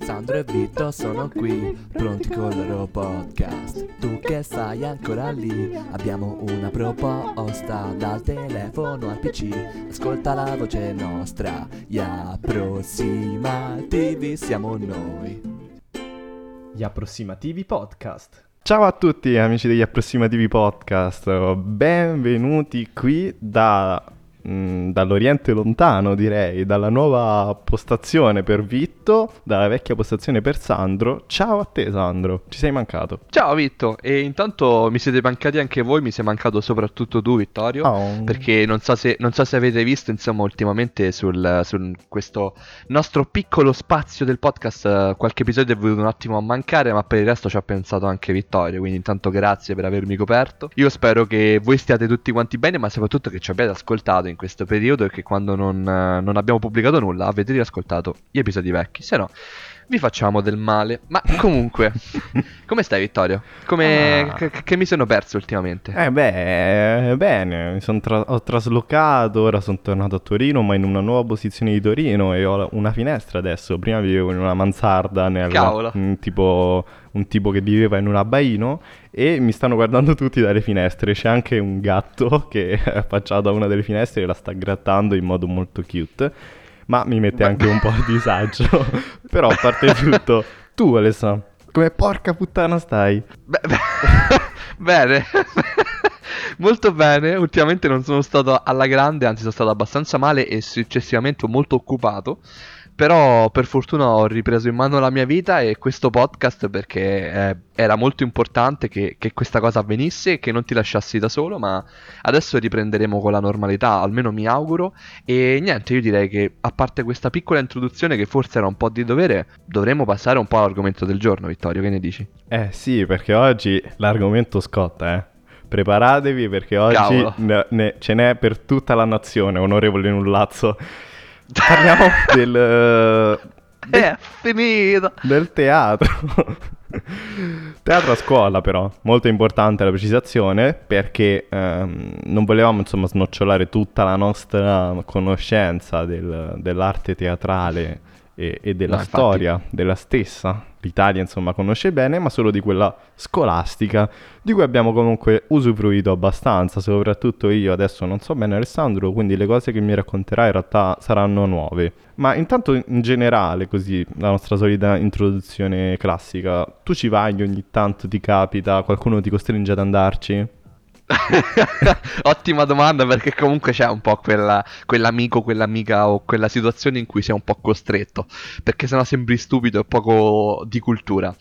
Sandro e Vito sono qui, pronti con il loro podcast. Tu che stai ancora lì, abbiamo una proposta. Dal telefono al PC, ascolta la voce nostra. Gli approssimativi siamo noi. Gli approssimativi podcast. Ciao a tutti amici degli approssimativi podcast, benvenuti qui dall'Oriente lontano, direi, dalla nuova postazione per Vitto, dalla vecchia postazione per Sandro. Ciao a te Sandro, ci sei mancato. Ciao Vitto, e intanto mi siete mancati anche voi, mi sei mancato soprattutto tu Vittorio, perché non so se avete visto, insomma, ultimamente su questo nostro piccolo spazio del podcast qualche episodio è venuto un attimo a mancare, ma per il resto ci ha pensato anche Vittorio, quindi intanto grazie per avermi coperto. Io spero che voi stiate tutti quanti bene, ma soprattutto che ci abbiate ascoltato in questo periodo e che quando non abbiamo pubblicato nulla avete riascoltato gli episodi vecchi, se no vi facciamo del male. Ma comunque, come stai Vittorio? Che mi sono perso ultimamente? Bene, ho traslocato, ora sono tornato a Torino, ma in una nuova posizione di Torino e ho una finestra adesso. Prima vivevo in una mansarda, un tipo che viveva in un abbaino, e mi stanno guardando tutti dalle finestre. C'è anche un gatto che è affacciato a una delle finestre e la sta grattando in modo molto cute, ma mi mette anche un po' a disagio. Però a parte tutto, tu Alessandro, come porca puttana stai? Bene. Molto bene, ultimamente non sono stato alla grande, anzi sono stato abbastanza male e successivamente molto occupato. Però per fortuna ho ripreso in mano la mia vita e questo podcast, perché era molto importante che questa cosa avvenisse e che non ti lasciassi da solo, ma adesso riprenderemo con la normalità, almeno mi auguro. E niente, io direi che a parte questa piccola introduzione che forse era un po' di dovere, dovremmo passare un po' all'argomento del giorno, Vittorio, che ne dici? Sì, perché oggi l'argomento scotta, Preparatevi perché oggi ce n'è per tutta la nazione, onorevole Nullazzo. Parliamo È finita! del teatro. Teatro a scuola, però, molto importante la precisazione, perché non volevamo insomma snocciolare tutta la nostra conoscenza dell'arte teatrale e della storia della stessa. L'Italia insomma conosce bene, ma solo di quella scolastica, di cui abbiamo comunque usufruito abbastanza, soprattutto io. Adesso non so bene Alessandro, quindi le cose che mi racconterai in realtà saranno nuove. Ma intanto in generale, così, la nostra solita introduzione classica, tu ci vai ogni tanto, ti capita, qualcuno ti costringe ad andarci? Ottima domanda, perché comunque c'è un po' quell'amico, quell'amica o quella situazione in cui sei un po' costretto, perché sennò sembri stupido e poco di cultura.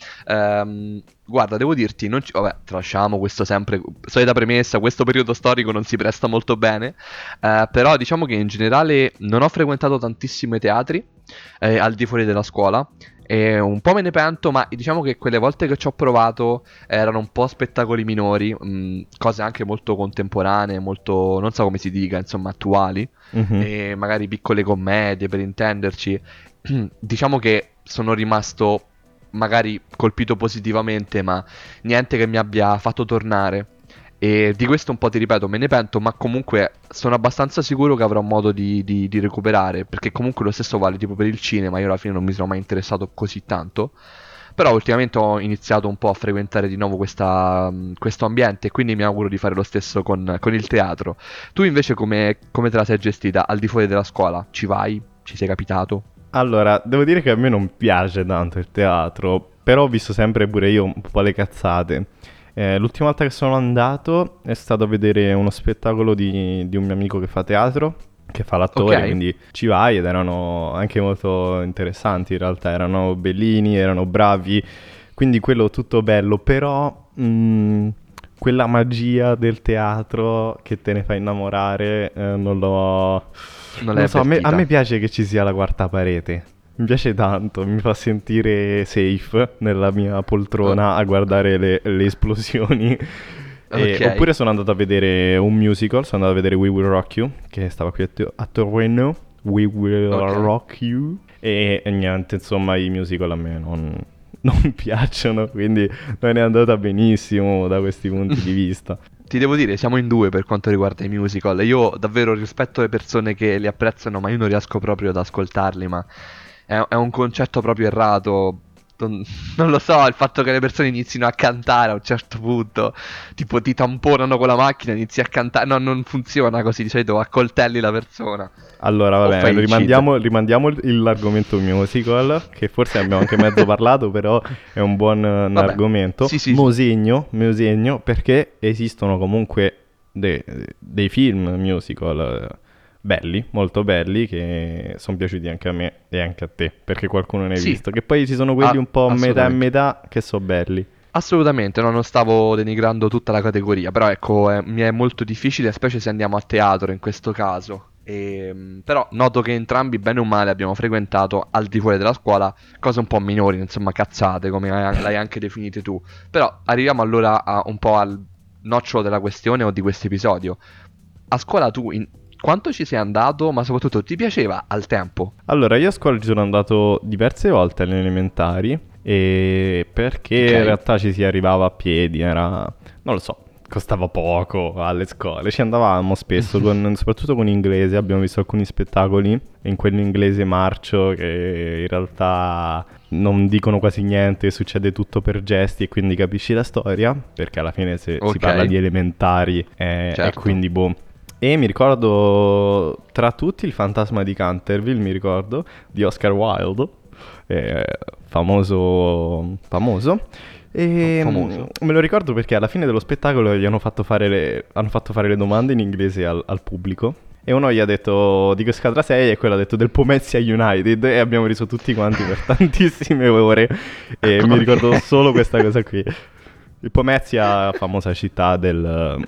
Guarda, devo dirti, vabbè, tralasciamo questo, sempre solita premessa, questo periodo storico non si presta molto bene, però diciamo che in generale non ho frequentato tantissimi teatri al di fuori della scuola. E un po' me ne pento, ma diciamo che quelle volte che ci ho provato erano un po' spettacoli minori, cose anche molto contemporanee, molto, non so come si dica, insomma, attuali, e magari piccole commedie per intenderci. Diciamo che sono rimasto magari colpito positivamente, ma niente che mi abbia fatto tornare. E di questo un po' ti ripeto, me ne pento, ma comunque sono abbastanza sicuro che avrò modo di recuperare, perché comunque lo stesso vale tipo per il cinema. Io alla fine non mi sono mai interessato così tanto, però ultimamente ho iniziato un po' a frequentare di nuovo questo ambiente, e quindi mi auguro di fare lo stesso con il teatro. Tu invece come te la sei gestita al di fuori della scuola? Ci vai? Ci sei capitato? Allora, devo dire che a me non piace tanto il teatro, però ho visto sempre pure io un po' le cazzate. L'ultima volta che sono andato è stato a vedere uno spettacolo di un mio amico che fa teatro, che fa l'attore, Ok. quindi ci vai, ed erano anche molto interessanti in realtà, erano bellini, erano bravi, quindi quello tutto bello, però quella magia del teatro che te ne fa innamorare, non Non so, l'hai a me piace che ci sia la quarta parete. Mi piace tanto, mi fa sentire safe nella mia poltrona a guardare le esplosioni. Ok. Oppure sono andato a vedere un musical, sono andato a vedere We Will Rock You, che stava qui a Torino. We Will Rock You. E niente, insomma, i musical a me non piacciono, quindi non è andata benissimo da questi punti di vista. Ti devo dire, siamo in due per quanto riguarda i musical. Io davvero rispetto le persone che li apprezzano, ma io non riesco proprio ad ascoltarli, ma è un concetto proprio errato. Non lo so, il fatto che le persone inizino a cantare a un certo punto, tipo ti tamponano con la macchina, inizi a cantare, no, non funziona così, di solito accoltelli la persona. Allora, O vabbè, fai il rimandiamo l'argomento musical, che forse abbiamo anche mezzo parlato, però è un buon Vabbè, argomento. sì. Musegno, perché esistono comunque dei film musical belli, molto belli, che sono piaciuti anche a me e anche a te, perché qualcuno ne hai Sì. visto. Che poi ci sono quelli un po' metà e Assolutamente. metà che sono belli. Assolutamente, no, non stavo denigrando tutta la categoria, però ecco, mi è molto difficile, specie se andiamo a teatro in questo caso. Però noto che entrambi, bene o male, abbiamo frequentato al di fuori della scuola cose un po' minori, insomma, cazzate, come l'hai anche definite tu. Però arriviamo allora un po' al nocciolo della questione o di questo episodio. A scuola tu quanto ci sei andato, ma soprattutto ti piaceva al tempo? Allora, io a scuola ci sono andato diverse volte alle elementari, e perché Ok. in realtà ci si arrivava a piedi, non lo so, costava poco alle scuole, ci andavamo spesso, soprattutto con inglese, abbiamo visto alcuni spettacoli in quell'inglese marcio che in realtà non dicono quasi niente, succede tutto per gesti e quindi capisci la storia, perché alla fine si Ok. parla di elementari e Certo. quindi boh. E mi ricordo tra tutti il fantasma di Canterville, mi ricordo, di Oscar Wilde, famoso. E Famoso. me lo ricordo perché alla fine dello spettacolo gli hanno fatto fare le domande in inglese al pubblico. E uno gli ha detto di che squadra sei e quello ha detto del Pomezia United, e abbiamo riso tutti quanti per tantissime ore e mi ricordo solo questa cosa qui. Il Pomezia, famosa città del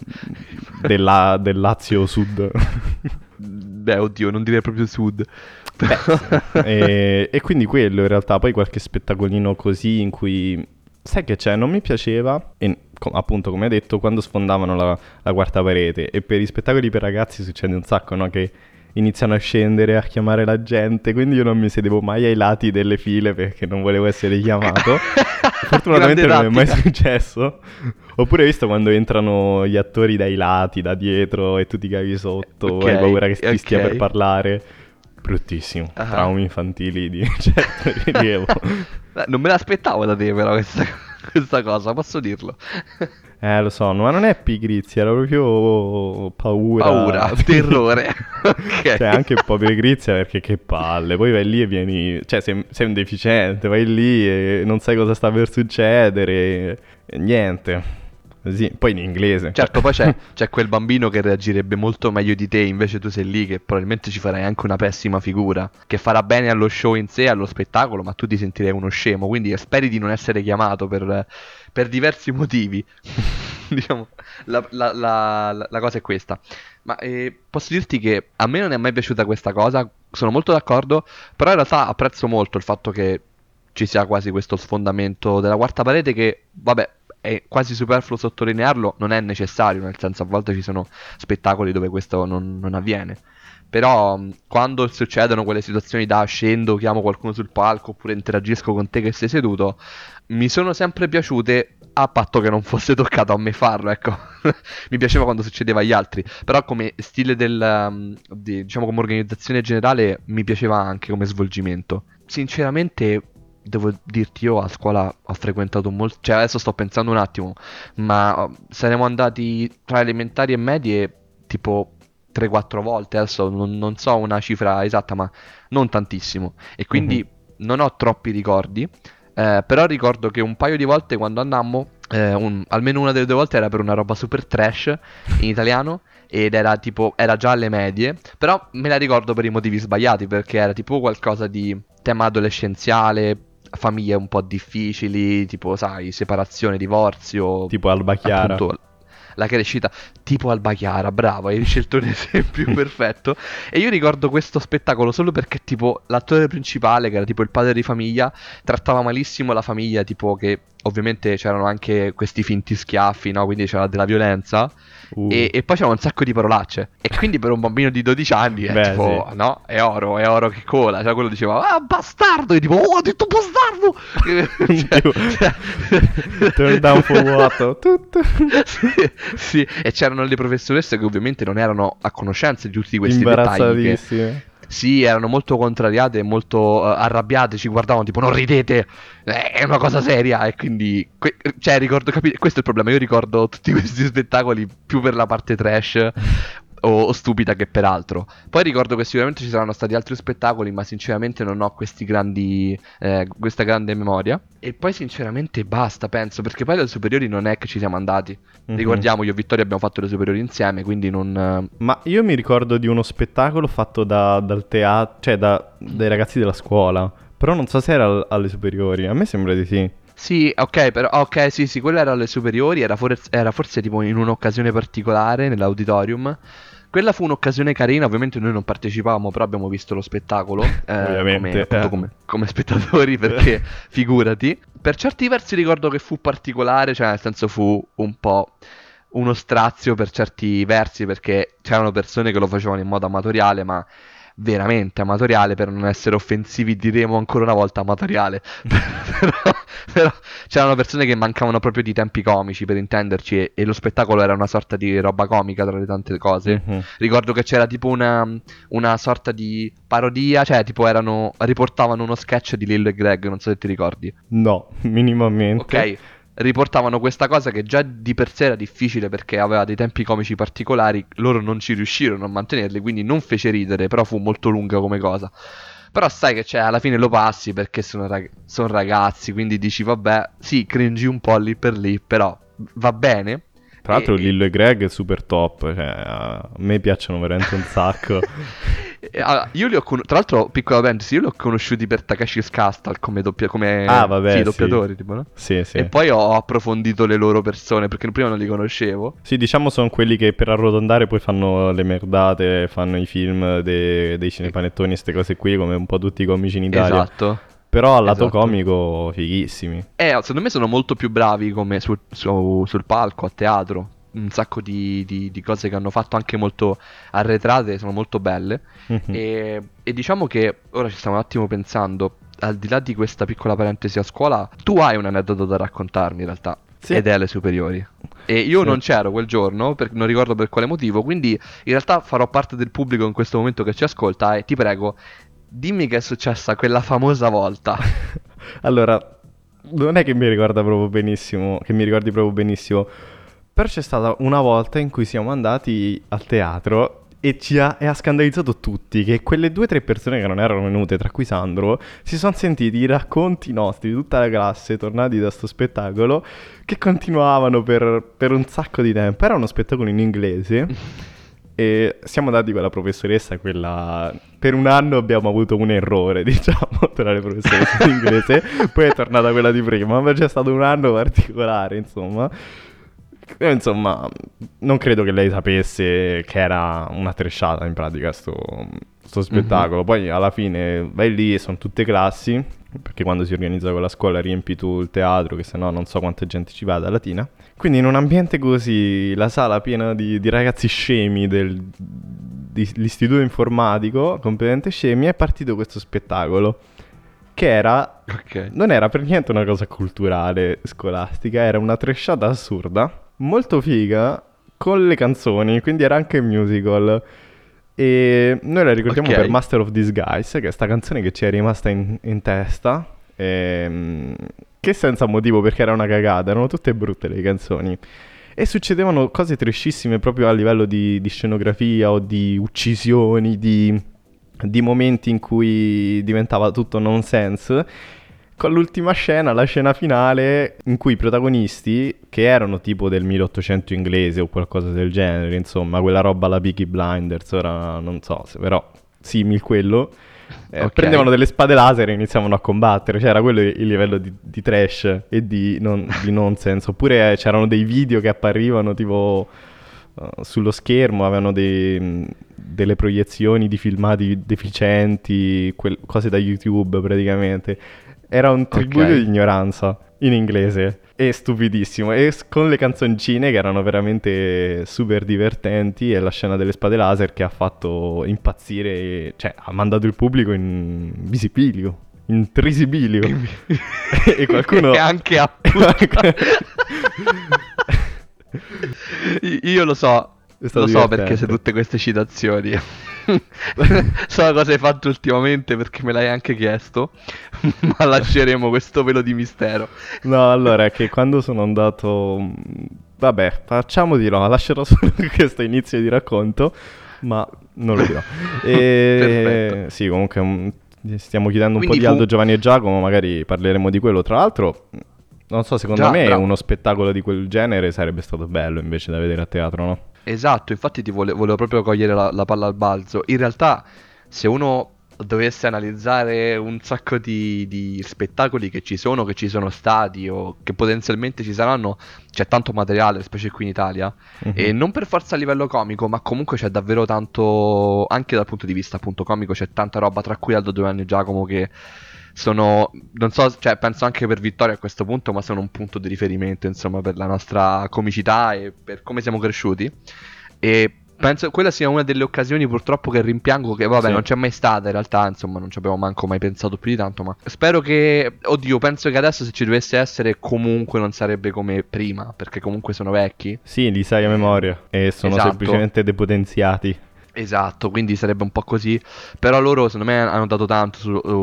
Lazio Sud. Beh, oddio, non direi proprio sud. Beh, sì. E quindi quello in realtà, poi qualche spettacolino così in cui, sai che c'è, non mi piaceva, e appunto come hai detto, quando sfondavano la quarta parete, e per i spettacoli per ragazzi succede un sacco, no? Che iniziano a scendere, a chiamare la gente, quindi io non mi sedevo mai ai lati delle file perché non volevo essere chiamato. Fortunatamente Grande non è mai tattica. successo. Oppure hai visto quando entrano gli attori dai lati, da dietro, e tu ti cavi sotto, Ok, hai paura che ti stia ok. per parlare. Bruttissimo. Ah. Traumi infantili di certo rilievo. Non me l'aspettavo da te però questa cosa, posso dirlo. Lo so, ma non è pigrizia, era proprio paura. Paura, terrore. Ok. Cioè, anche un po' pigrizia perché che palle. Poi vai lì e vieni... Cioè, sei un deficiente, vai lì e non sai cosa sta per succedere. E niente. Così. Poi in inglese. Certo, poi c'è quel bambino che reagirebbe molto meglio di te, invece tu sei lì che probabilmente ci farai anche una pessima figura, che farà bene allo show in sé, allo spettacolo, ma tu ti sentirei uno scemo, quindi speri di non essere chiamato per diversi motivi. Diciamo, la cosa è questa. Ma posso dirti che a me non è mai piaciuta questa cosa, sono molto d'accordo, però in realtà apprezzo molto il fatto che ci sia quasi questo sfondamento della quarta parete che, vabbè, è quasi superfluo sottolinearlo, non è necessario, nel senso a volte ci sono spettacoli dove questo non avviene. Però quando succedono quelle situazioni da scendo, chiamo qualcuno sul palco oppure interagisco con te che sei seduto, mi sono sempre piaciute a patto che non fosse toccato a me farlo, ecco. Mi piaceva quando succedeva agli altri, però come stile diciamo come organizzazione generale mi piaceva anche come svolgimento. Sinceramente devo dirti, io a scuola ho frequentato molto, cioè adesso sto pensando un attimo, ma saremmo andati tra elementari e medie tipo 3-4 volte, adesso non so una cifra esatta, ma non tantissimo, e quindi non ho troppi ricordi, però ricordo che un paio di volte quando andammo, almeno una delle due volte era per una roba super trash in italiano, ed era tipo, era già alle medie, però me la ricordo per i motivi sbagliati, perché era tipo qualcosa di tema adolescenziale, famiglie un po' difficili, tipo sai, separazione, divorzio, Tipo Alba Chiara. appunto la crescita, tipo Alba Chiara, bravo, hai scelto un esempio perfetto. E io ricordo questo spettacolo solo perché tipo l'attore principale, che era tipo il padre di famiglia, trattava malissimo la famiglia, tipo che ovviamente c'erano anche questi finti schiaffi, no? Quindi c'era della violenza. E poi c'era un sacco di parolacce. E quindi per un bambino di 12 anni è Beh, tipo, sì. è oro che cola. Cioè quello diceva, ah, bastardo! E tipo, oh, ho detto bastardo! Turn down for what? Sì, e c'erano le professoresse che ovviamente non erano a conoscenza di tutti questi dettagli. Imbarazzatissime. sì, erano molto contrariate e molto arrabbiate, ci guardavano tipo non ridete, è una cosa seria e quindi cioè ricordo questo è il problema, io ricordo tutti questi spettacoli più per la parte trash o stupida che per altro. Poi ricordo che sicuramente ci saranno stati altri spettacoli, ma sinceramente non ho questi grandi questa grande memoria. E poi sinceramente basta, penso, perché poi alle superiori non è che ci siamo andati. Ricordiamo, io e Vittorio abbiamo fatto le superiori insieme, quindi non... Ma io mi ricordo di uno spettacolo fatto dal teatro, cioè dai ragazzi della scuola, però non so se era alle superiori, a me sembra di sì. Sì, ok, però ok, sì, quello era alle superiori, era forse tipo in un'occasione particolare nell'auditorium. Quella fu un'occasione carina, ovviamente noi non partecipavamo, però abbiamo visto lo spettacolo, Ovviamente, appunto come spettatori, perché figurati. Per certi versi ricordo che fu particolare, cioè nel senso fu un po' uno strazio per certi versi, perché c'erano persone che lo facevano in modo amatoriale, ma veramente amatoriale, per non essere offensivi diremo ancora una volta amatoriale. però c'erano persone che mancavano proprio di tempi comici, per intenderci, e lo spettacolo era una sorta di roba comica tra le tante cose. Ricordo che c'era tipo una sorta di parodia, cioè tipo riportavano uno sketch di Lillo e Greg, non so se ti ricordi. No, minimamente. Ok, riportavano questa cosa che già di per sé era difficile perché aveva dei tempi comici particolari, loro non ci riuscirono a mantenerli, quindi non fece ridere, però fu molto lunga come cosa. Però sai che alla fine lo passi perché sono ragazzi, quindi dici vabbè, sì, cringi un po' lì per lì, però va bene. Tra l'altro Lillo e Greg è super top, cioè a me piacciono veramente un sacco. Allora, io li ho tra l'altro, piccola parentesi, io li ho conosciuti per Takeshi's Castle come doppiatori, tipo, no? Sì. E poi ho approfondito le loro persone, perché prima non li conoscevo. Sì, diciamo sono quelli che per arrotondare poi fanno le merdate, fanno i film dei cinepanettoni e queste cose qui, come un po' tutti i comici in Italia. Esatto. Però al lato comico fighissimi. Secondo me sono molto più bravi come sul palco, a teatro. Un sacco di cose che hanno fatto anche molto arretrate, sono molto belle. E diciamo che ora ci stiamo un attimo pensando, al di là di questa piccola parentesi a scuola, tu hai un aneddoto da raccontarmi in realtà. Sì. Ed è alle superiori. E io non c'ero quel giorno, non ricordo per quale motivo, quindi in realtà farò parte del pubblico in questo momento che ci ascolta e ti prego, dimmi che è successa quella famosa volta. Allora, non è che mi ricordi proprio benissimo, però c'è stata una volta in cui siamo andati al teatro e ha scandalizzato tutti, che quelle 2 o 3 persone che non erano venute, tra cui Sandro, si sono sentiti i racconti nostri di tutta la classe tornati da sto spettacolo che continuavano per un sacco di tempo. Era uno spettacolo in inglese. E siamo andati con la professoressa, per un anno abbiamo avuto un errore, diciamo, tra le professoresse di inglese, poi è tornata quella di prima, ma c'è stato un anno particolare, insomma. Insomma, non credo che lei sapesse che era una tresciata in pratica sto spettacolo. Poi alla fine vai lì e sono tutte classi, perché quando si organizza con la scuola riempi tu il teatro, che sennò non so quanta gente ci va da Latina. Quindi in un ambiente così, la sala piena di ragazzi scemi dell'istituto informatico, completamente scemi, è partito questo spettacolo che non era per niente una cosa culturale, scolastica, era una tresciata assurda, molto figa, con le canzoni, quindi era anche un musical. E noi la ricordiamo per Master of Disguise, che è sta canzone che ci è rimasta in testa, che senza motivo, perché era una cagata, erano tutte brutte le canzoni. E succedevano cose trashissime proprio a livello di scenografia o di uccisioni, di momenti in cui diventava tutto nonsense, con l'ultima scena, la scena finale, in cui i protagonisti, che erano tipo del 1800 inglese o qualcosa del genere, insomma, quella roba alla Peaky Blinders, ora non so se però simil quello, prendevano delle spade laser e iniziavano a combattere, cioè era quello il livello di trash e di nonsense. Oppure c'erano dei video che apparivano tipo sullo schermo, avevano delle proiezioni di filmati deficienti, cose da YouTube praticamente. Era un tributo di ignoranza in inglese, e stupidissimo, e con le canzoncine che erano veramente super divertenti, e la scena delle spade laser che ha fatto impazzire, cioè ha mandato il pubblico in visibilio, in trisibilio. E qualcuno... e anche a... Io lo so perché se tutte queste citazioni... So cosa hai fatto ultimamente perché me l'hai anche chiesto, ma lasceremo questo velo di mistero. No, allora, è che quando sono andato... Vabbè, facciamo di no, lascerò solo questo inizio di racconto, ma non lo dirò. Perfetto. Sì, comunque stiamo chiedendo un po' Quindi di Aldo, Giovanni e Giacomo, magari parleremo di quello. Tra l'altro, non so, secondo Già, me bravo. uno spettacolo di quel genere sarebbe stato bello invece da vedere a teatro, no? Esatto, infatti volevo proprio cogliere la palla al balzo. In realtà, se uno dovesse analizzare un sacco di spettacoli che ci sono stati o che potenzialmente ci saranno, c'è tanto materiale, specie qui in Italia, e Mhm. non per forza a livello comico, ma comunque c'è davvero tanto, anche dal punto di vista appunto comico, c'è tanta roba, tra cui Aldo Giovanni e Giacomo che sono, non so, cioè penso anche per Vittorio a questo punto, ma sono un punto di riferimento, insomma, per la nostra comicità e per come siamo cresciuti. E penso quella sia una delle occasioni purtroppo che rimpiango, che vabbè Sì. non c'è mai stata in realtà, insomma, non ci abbiamo manco mai pensato più di tanto, ma spero che, oddio, penso che adesso se ci dovesse essere comunque non sarebbe come prima, perché comunque sono vecchi. Sì, li sai a memoria e sono Esatto. semplicemente depotenziati. Esatto, quindi sarebbe un po' così. Però loro, secondo me, hanno dato tanto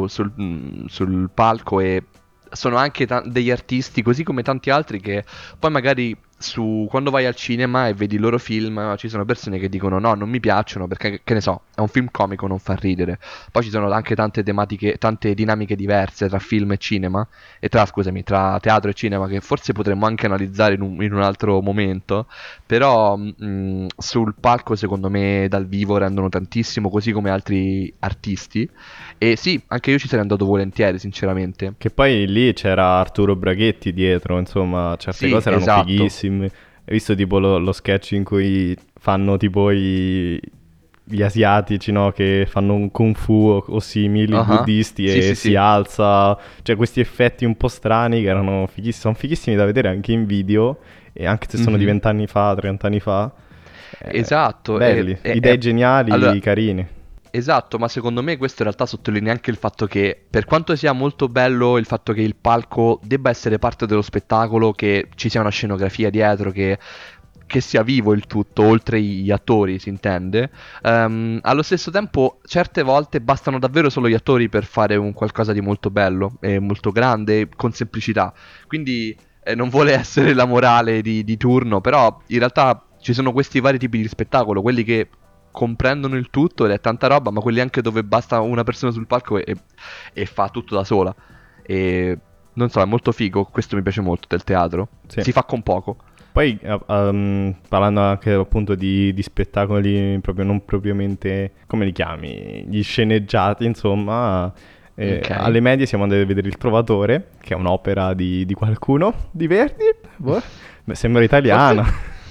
sul palco e sono anche degli artisti, così come tanti altri, che poi magari quando vai al cinema e vedi i loro film, ci sono persone che dicono no, non mi piacciono perché, che ne so, è un film comico, non fa ridere. Poi ci sono anche tante tematiche, tante dinamiche diverse tra film e cinema, scusami, tra teatro e cinema, che forse potremmo anche analizzare in un altro momento. Però sul palco secondo me dal vivo rendono tantissimo, così come altri artisti. E sì, anche io ci sarei andato volentieri, sinceramente. Che poi lì c'era Arturo Braghetti dietro, insomma, certe Sì, cose erano esatto. fighissime. Hai visto tipo lo sketch in cui fanno tipo gli asiatici, no? Che fanno un kung fu o simili Ah, buddisti sì, e sì, si sì. alza. Cioè questi effetti un po' strani che erano fighissimi, sono fighissimi da vedere anche in video e anche se sono di Mhm. 20 anni fa, 30 anni fa. Esatto. Belli, idee geniali, Allora, carini. esatto, ma secondo me questo in realtà sottolinea anche il fatto che, per quanto sia molto bello il fatto che il palco debba essere parte dello spettacolo, che ci sia una scenografia dietro, che sia vivo il tutto, oltre gli attori, si intende, allo stesso tempo certe volte bastano davvero solo gli attori per fare un qualcosa di molto bello e molto grande, con semplicità. Quindi non vuole essere la morale di turno, però in realtà ci sono questi vari tipi di spettacolo, quelli che comprendono il tutto ed è tanta roba, ma quelli anche dove basta una persona sul palco e fa tutto da sola. E non so, è molto figo, questo mi piace molto del teatro. Sì. Si fa con poco. Poi parlando anche appunto di spettacoli proprio non propriamente, come li chiami? Gli sceneggiati, insomma, Ok. alle medie siamo andati a vedere Il Trovatore, che è un'opera di qualcuno, di Verdi? Boh, beh, sembra Forse? italiana.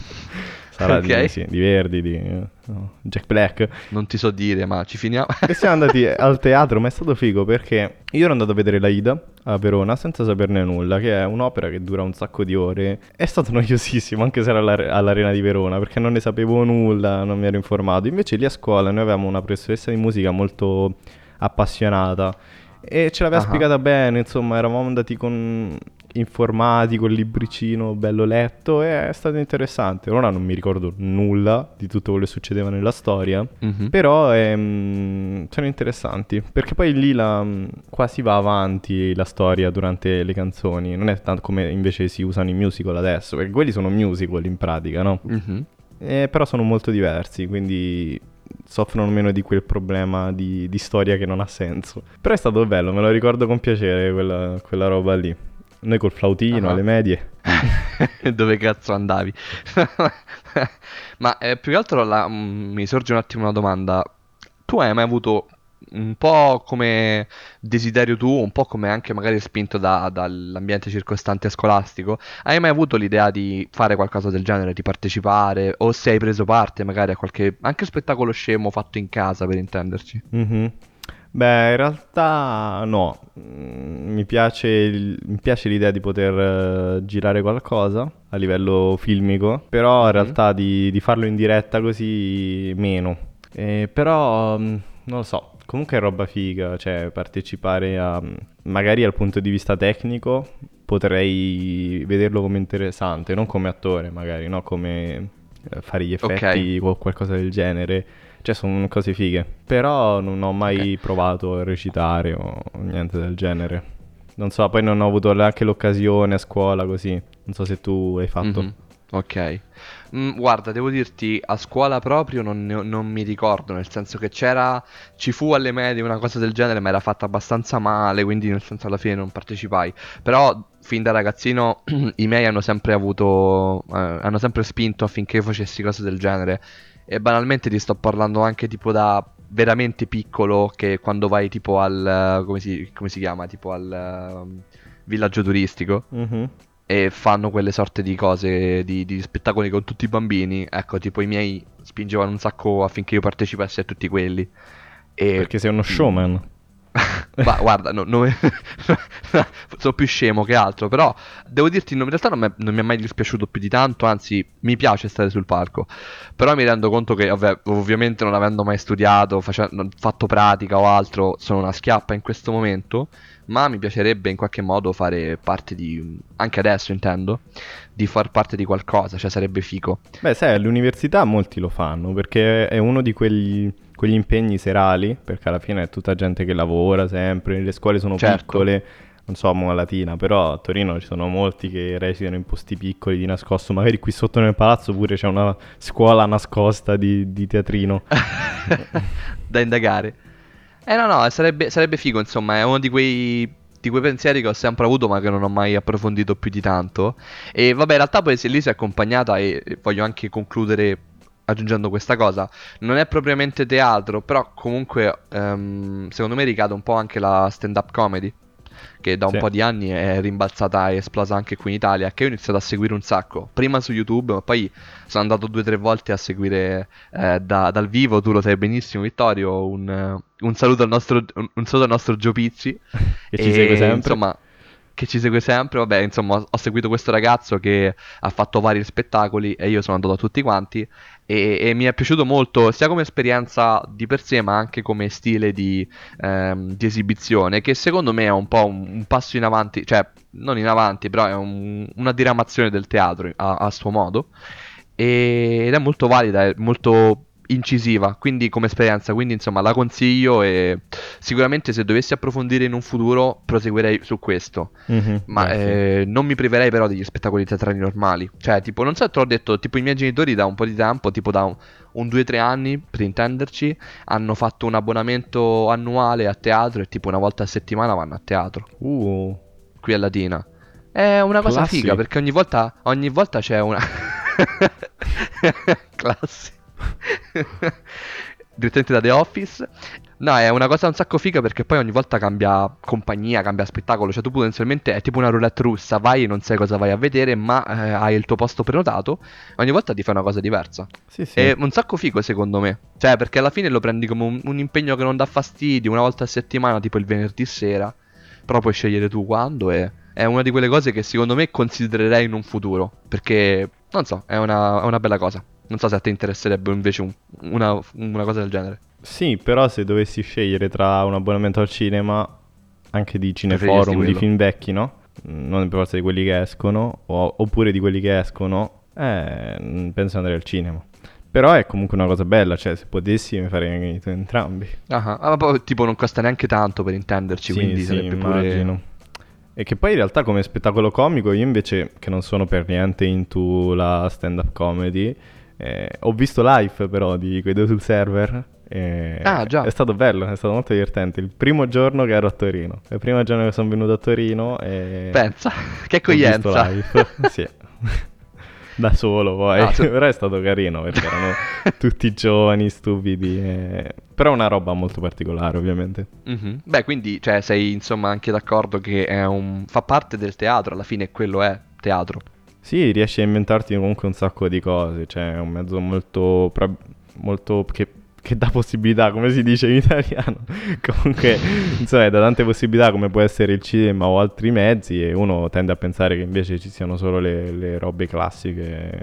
Sarà Ok. di Verdi, no, Jack Black. Non ti so dire, ma ci finiamo. E siamo andati al teatro, ma è stato figo perché io ero andato a vedere l'Aida a Verona senza saperne nulla, che è un'opera che dura un sacco di ore. È stato noiosissimo, anche se era all'Arena di Verona, perché non ne sapevo nulla, non mi ero informato. Invece lì a scuola noi avevamo una professoressa di musica molto appassionata e ce l'aveva Ah, spiegata bene, insomma, eravamo andati con informati, col libricino bello letto e è stato interessante. Ora non mi ricordo nulla di tutto quello che succedeva nella storia, mhm. però sono interessanti, perché poi lì quasi va avanti la storia durante le canzoni, non è tanto come invece si usano i musical adesso, perché quelli sono musical in pratica, no? Mhm. Però sono molto diversi, quindi soffrono meno di quel problema di storia che non ha senso. Però è stato bello, me lo ricordo con piacere quella roba lì. Noi col flautino alle Ah. medie. Dove cazzo andavi? Ma più che altro mi sorge un attimo una domanda. Tu hai mai avuto un po' come desiderio tuo, un po' come anche magari spinto dall'ambiente circostante scolastico, hai mai avuto l'idea di fare qualcosa del genere, di partecipare, o se hai preso parte magari a qualche anche spettacolo scemo fatto in casa, per intenderci? Mhm. Beh, in realtà no. Mi piace l'idea di poter girare qualcosa a livello filmico, però in Mhm. realtà di farlo in diretta così meno. Però non lo so, comunque è roba figa, cioè partecipare a magari dal punto di vista tecnico potrei vederlo come interessante, non come attore magari, no? Come fare gli Ok. effetti o qualcosa del genere. Cioè, sono cose fighe. Però non ho mai Ok. provato a recitare o niente del genere. Non so, poi non ho avuto neanche l'occasione a scuola così. Non so se tu hai fatto. Mhm. Ok. Guarda, devo dirti, a scuola proprio non mi ricordo, nel senso che ci fu alle medie una cosa del genere, ma era fatta abbastanza male, quindi nel senso alla fine non partecipai. Però fin da ragazzino i miei hanno sempre spinto affinché io facessi cose del genere. E banalmente ti sto parlando anche tipo da veramente piccolo, che quando vai tipo come si chiama? Tipo al villaggio turistico Mhm. e fanno quelle sorte di cose, di spettacoli con tutti i bambini. Ecco, tipo i miei spingevano un sacco affinché io partecipassi a tutti quelli. E... Perché sei uno mm, showman. Ma guarda, sono più scemo che altro, però devo dirti, in realtà non mi è mai dispiaciuto più di tanto, anzi mi piace stare sul palco, però mi rendo conto che, vabbè, ovviamente non avendo mai studiato, non fatto pratica o altro, sono una schiappa in questo momento, ma mi piacerebbe in qualche modo fare parte anche adesso intendo, di far parte di qualcosa, cioè sarebbe figo. Beh, sai, all'università molti lo fanno perché è uno di quegli impegni serali, perché alla fine è tutta gente che lavora sempre, le scuole sono Certo. piccole, non so, mo a Latina, però a Torino ci sono molti che recitano in posti piccoli di nascosto, magari qui sotto nel palazzo pure c'è una scuola nascosta di teatrino. Da indagare. No, no, sarebbe figo, insomma, è uno di quei pensieri che ho sempre avuto ma che non ho mai approfondito più di tanto. E vabbè, in realtà poi se lì si è accompagnata e voglio anche concludere aggiungendo questa cosa, non è propriamente teatro, però comunque secondo me ricade un po' anche la stand-up comedy, che da un Sì. po' di anni è rimbalzata e esplosa anche qui in Italia, che io ho iniziato a seguire un sacco, prima su YouTube, ma poi sono andato 2 o 3 volte a seguire dal vivo, tu lo sai benissimo Vittorio, un saluto un saluto al nostro Gio Pizzi, Che ci segue e sempre. insomma che ci segue sempre, vabbè insomma ho seguito questo ragazzo che ha fatto vari spettacoli e io sono andato a tutti quanti e mi è piaciuto molto sia come esperienza di per sé ma anche come stile di esibizione che secondo me è un po' un passo in avanti, cioè non in avanti però è una diramazione del teatro a suo modo ed è molto valida, è molto incisiva, quindi come esperienza, quindi insomma la consiglio e sicuramente se dovessi approfondire in un futuro proseguirei su questo, Mhm, ma beh, sì. non mi priverei però degli spettacoli teatrali normali, cioè tipo non so se te l'ho detto, tipo i miei genitori da un po' di tempo, tipo da un 2-3 anni per intenderci, hanno fatto un abbonamento annuale a teatro e tipo una volta a settimana vanno a teatro Uh, qui a Latina. È una cosa figa classi. perché ogni volta c'è una classi direttamente da The Office. No, è una cosa un sacco figa perché poi ogni volta cambia compagnia, cambia spettacolo, cioè tu potenzialmente è tipo una roulette russa, vai e non sai cosa vai a vedere, ma hai il tuo posto prenotato, ogni volta ti fai una cosa diversa. Sì, sì. È un sacco figo secondo me, cioè perché alla fine lo prendi come un impegno che non dà fastidio, una volta a settimana, tipo il venerdì sera, però puoi scegliere tu quando e è una di quelle cose che secondo me considererei in un futuro, perché non so, è una bella cosa. Non so se a te interesserebbe invece una cosa del genere. Sì, però se dovessi scegliere tra un abbonamento al cinema, anche di Preferiresti cineforum, di quello? film vecchi, no? Non per forza di quelli che escono, oppure di quelli che escono, penso andrei al cinema. Però è comunque una cosa bella, cioè se potessi mi farei entrambi. Ma poi tipo non costa neanche tanto per intenderci, Sì, quindi sì, sarebbe pure... immagino. E che poi in realtà come spettacolo comico, io invece, che non sono per niente into la stand-up comedy, ho visto live però di quei due sul server. Ah, È già, stato bello, è stato molto divertente. Il primo giorno che ero a Torino, il primo giorno che sono venuto a Torino e pensa, che ho visto accoglienza. live. Sì, da solo poi, No, però è stato carino perché erano tutti giovani, stupidi. Però è una roba molto particolare ovviamente. Mhm. Beh, quindi, cioè, sei insomma anche d'accordo che fa parte del teatro, alla fine quello è teatro. Sì, riesci a inventarti comunque un sacco di cose, cioè è un mezzo molto, molto che dà possibilità, come si dice in italiano. Comunque, insomma, dà tante possibilità come può essere il cinema o altri mezzi e uno tende a pensare che invece ci siano solo le robe classiche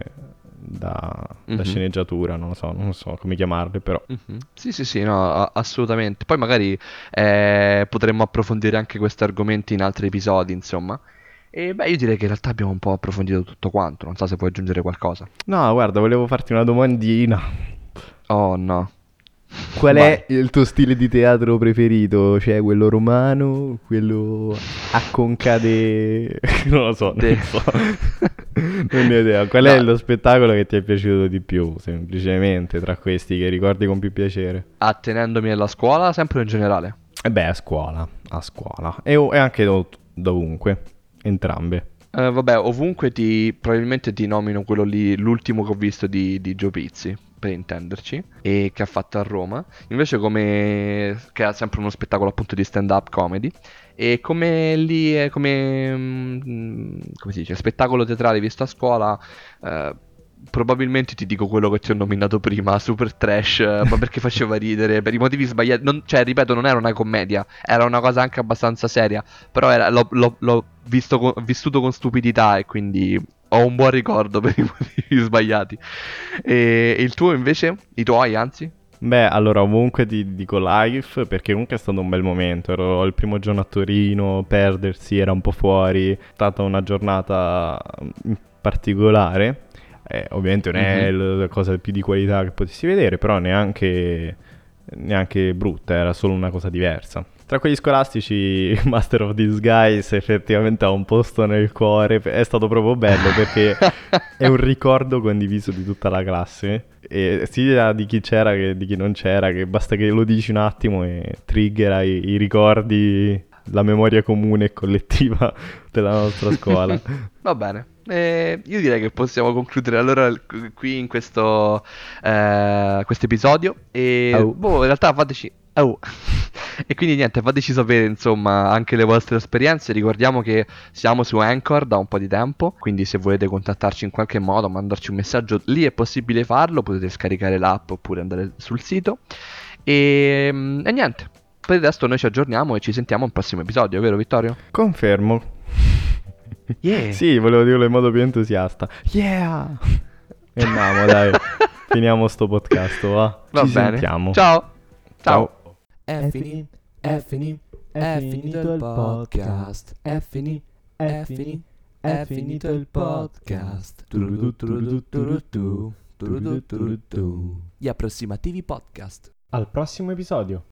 da Mhm. sceneggiatura, non so come chiamarle, però. Mhm. Sì, sì, sì, no, assolutamente. Poi magari potremmo approfondire anche questi argomenti in altri episodi, insomma. E beh, io direi che in realtà abbiamo un po' approfondito tutto quanto. Non so se puoi aggiungere qualcosa. No, guarda, volevo farti una domandina. Oh no. Qual Vai. è il tuo stile di teatro preferito? Cioè, quello romano, quello a concade... non lo so, non so. Non ne ho idea. Qual è No. lo spettacolo che ti è piaciuto di più, semplicemente, tra questi che ricordi con più piacere? Attenendomi alla scuola, sempre o in generale? E beh, a scuola. E anche dovunque, entrambe. Vabbè, ovunque probabilmente ti nomino quello lì, l'ultimo che ho visto di Gio Pizzi, per intenderci, e che ha fatto a Roma. Invece che è sempre uno spettacolo appunto di stand-up comedy. E come lì, come si dice, spettacolo teatrale visto a scuola, probabilmente ti dico quello che ti ho nominato prima, Super Trash, ma perché faceva ridere, per i motivi sbagliati. Cioè, ripeto, non era una commedia, era una cosa anche abbastanza seria, però l'ho vissuto con stupidità e quindi ho un buon ricordo per i motivi sbagliati. E il tuo invece? I tuoi, anzi? Beh, allora ovunque ti dico live perché comunque è stato un bel momento. Ero il primo giorno a Torino, perdersi era un po' fuori. È stata una giornata particolare. Ovviamente non è la cosa più di qualità che potessi vedere, però neanche brutta, era solo una cosa diversa. Tra quelli scolastici, Master of Disguise effettivamente ha un posto nel cuore. È stato proprio bello perché è un ricordo condiviso di tutta la classe. E sia di chi c'era che di chi non c'era, che basta che lo dici un attimo e triggera i ricordi, la memoria comune e collettiva della nostra scuola. Va bene. Io direi che possiamo concludere allora qui in questo episodio. E Au. boh, in realtà fateci. Oh. E quindi niente, fateci sapere insomma anche le vostre esperienze. Ricordiamo che siamo su Anchor da un po' di tempo, quindi se volete contattarci in qualche modo, mandarci un messaggio, lì è possibile farlo, potete scaricare l'app oppure andare sul sito. E niente, per il resto noi ci aggiorniamo e ci sentiamo al prossimo episodio, vero Vittorio? Confermo. Yeah. Sì, volevo dirlo in modo più entusiasta. Yeah! E andiamo, dai. Finiamo sto podcast, va? Va Ci bene. sentiamo. Ciao. Ciao. È finito il podcast. È finito il podcast. Gli approssimativi podcast. Al prossimo episodio.